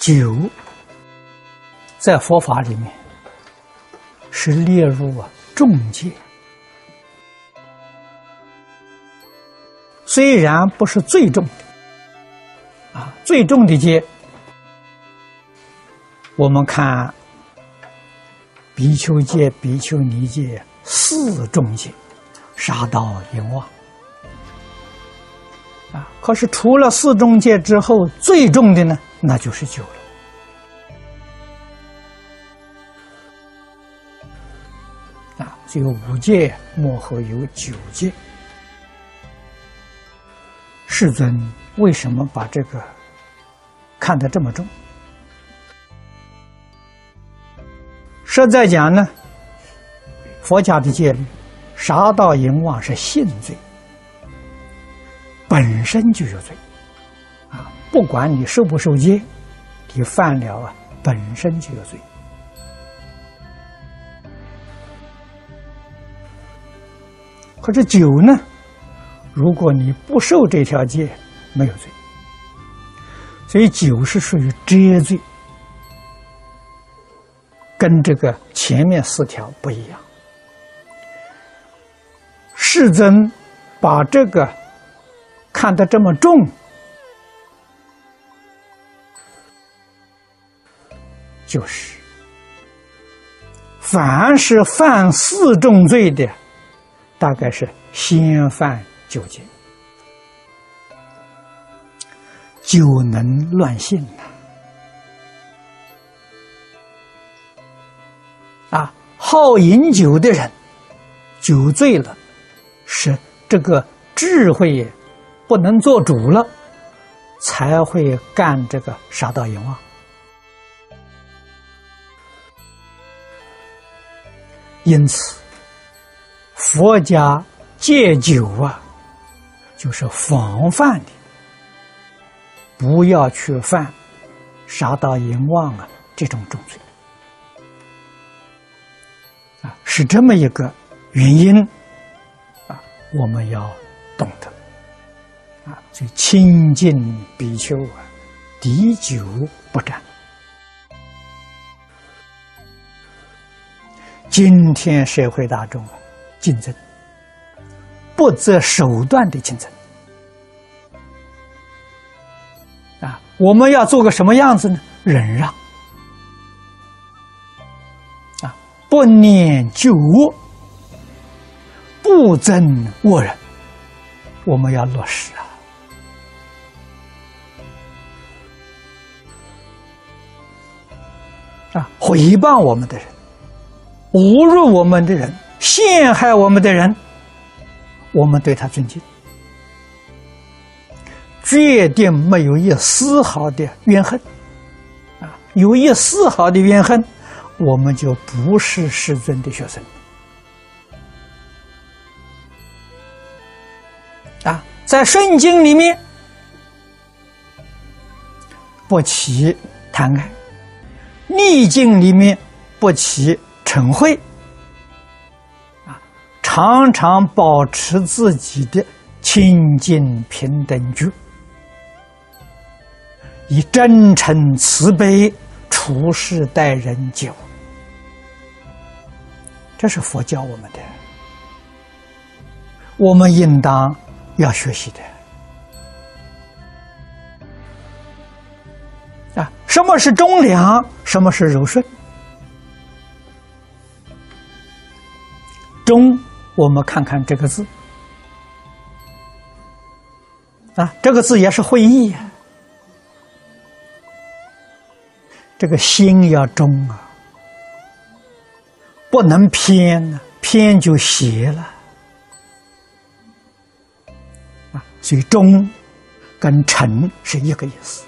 酒在佛法里面是列入重戒，虽然不是最重的最重的戒，我们看比丘戒、比丘尼戒四重戒，杀盗淫妄可是除了四重戒之后，最重的呢，那就是酒了。只有五戒，末后有九戒。世尊为什么把这个看得这么重？实在讲呢，佛家的戒律，杀盗淫妄是性罪，本身就有罪不管你受不受戒，你犯了本身就有罪。可是酒呢，如果你不受这条戒，没有罪。所以酒是属于遮罪，跟这个前面四条不一样。世尊把这个看得这么重，就是凡是犯四重罪的，大概是先犯酒戒，酒能乱性好饮酒的人，酒醉了，是这个智慧不能做主了，才会干这个杀盗淫妄。因此佛家戒酒就是防范你不要去犯杀盗淫妄这种重罪是这么一个原因我们要懂得所以清净比丘敌酒不沾。今天社会大众竞争，不择手段的竞争我们要做个什么样子呢？忍让不念旧恶，不憎恶人，我们要落实诽谤我们的人，侮辱我们的人，陷害我们的人，我们对他尊敬，决定没有一丝毫的怨恨有一丝毫的怨恨，我们就不是世尊的学生在圣经里面不起贪爱，逆境里面不起嗔恚常常保持自己的清净平等觉，以真诚慈悲处事待人接物，这是佛教我们的，我们应当要学习的什么是忠良，什么是柔顺？忠，我们看看这个字这个字也是会意这个心要忠不能偏偏就邪了所以忠跟诚是一个意思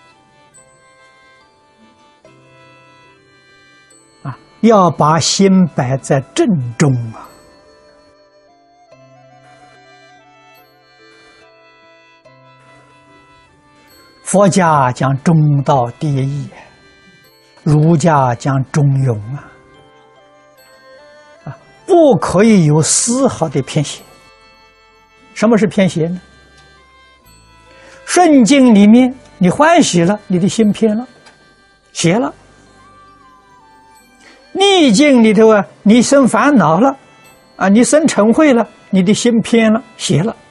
要把心摆在正中佛家讲中道第一，儒家讲中庸不可以有丝毫的偏斜。什么是偏斜呢？顺境里面你欢喜了，你的心偏了， 写了。逆境里头啊，你生烦恼了，啊，你生嗔恚了，你的心偏了，邪了。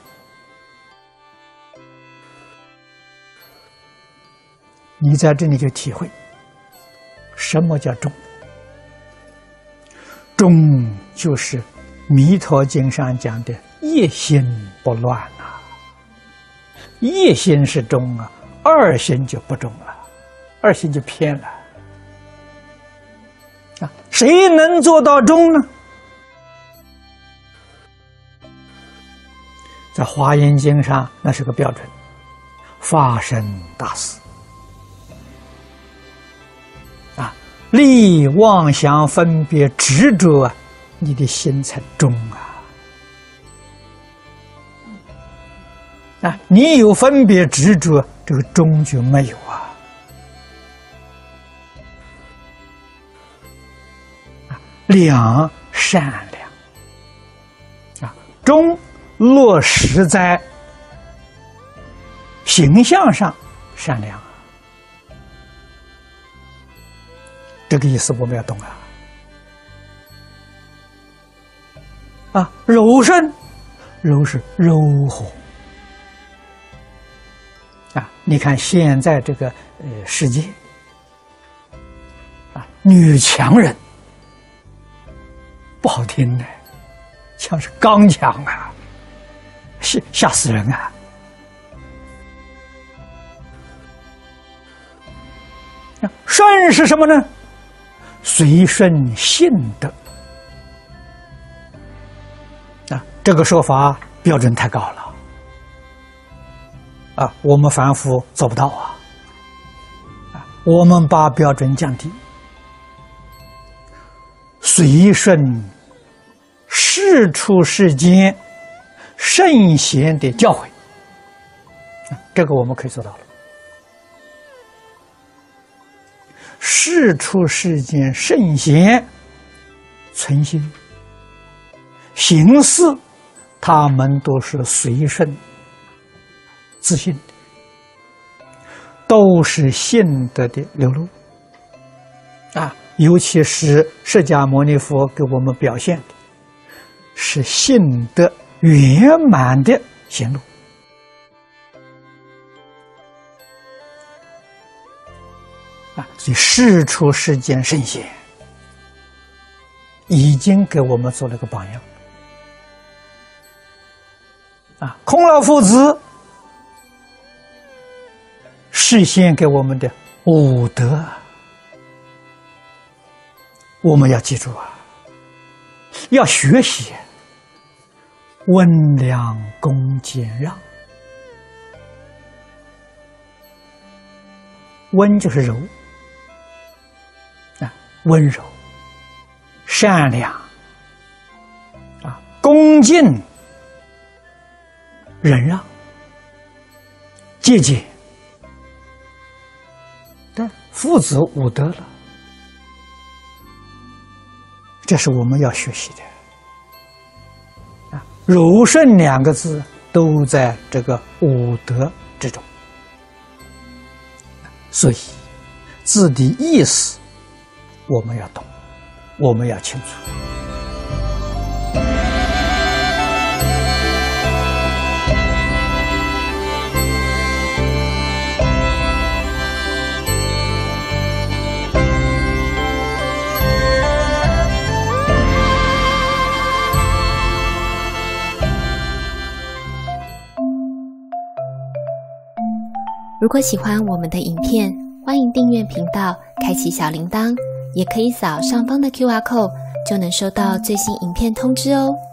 你在这里就体会，什么叫中？中就是《弥陀经》上讲的一心不乱啊。一心是中啊，二心就不中了，二心就偏了。啊，谁能做到中呢？在《华严经》上，那是个标准，法身大士啊，离妄想分别执着啊，你的心才中啊！你有分别执着，这个中就没有啊！良善良啊，中落实在形象上善良啊，这个意思我们要懂啊！啊，柔顺，柔是柔和啊！你看现在这个世界啊，女强人。不好听的，像是刚强啊，吓死人啊！顺是什么呢？随顺性德啊，这个说法标准太高了啊，我们凡夫做不到啊！我们把标准降低。随顺世出世间圣贤的教诲，这个我们可以做到了。世出世间圣贤存心行事，他们都是随顺自信的，都是信德的流露啊。尤其是释迦牟尼佛给我们表现的是信德圆满的行路啊，所以世出世间圣贤已经给我们做了个榜样啊。孔老夫子示现给我们的五德，我们要记住啊，要学习温良恭俭让。温就是柔啊，温柔、善良啊，恭敬、忍让、节俭，但父子五德了。这是我们要学习的啊！柔顺两个字都在这个五德之中，所以字的意思我们要懂，我们要清楚。 如果喜欢我们的影片，欢迎订阅频道，开启小铃铛，也可以扫上方的 QR code，就能收到最新影片通知哦。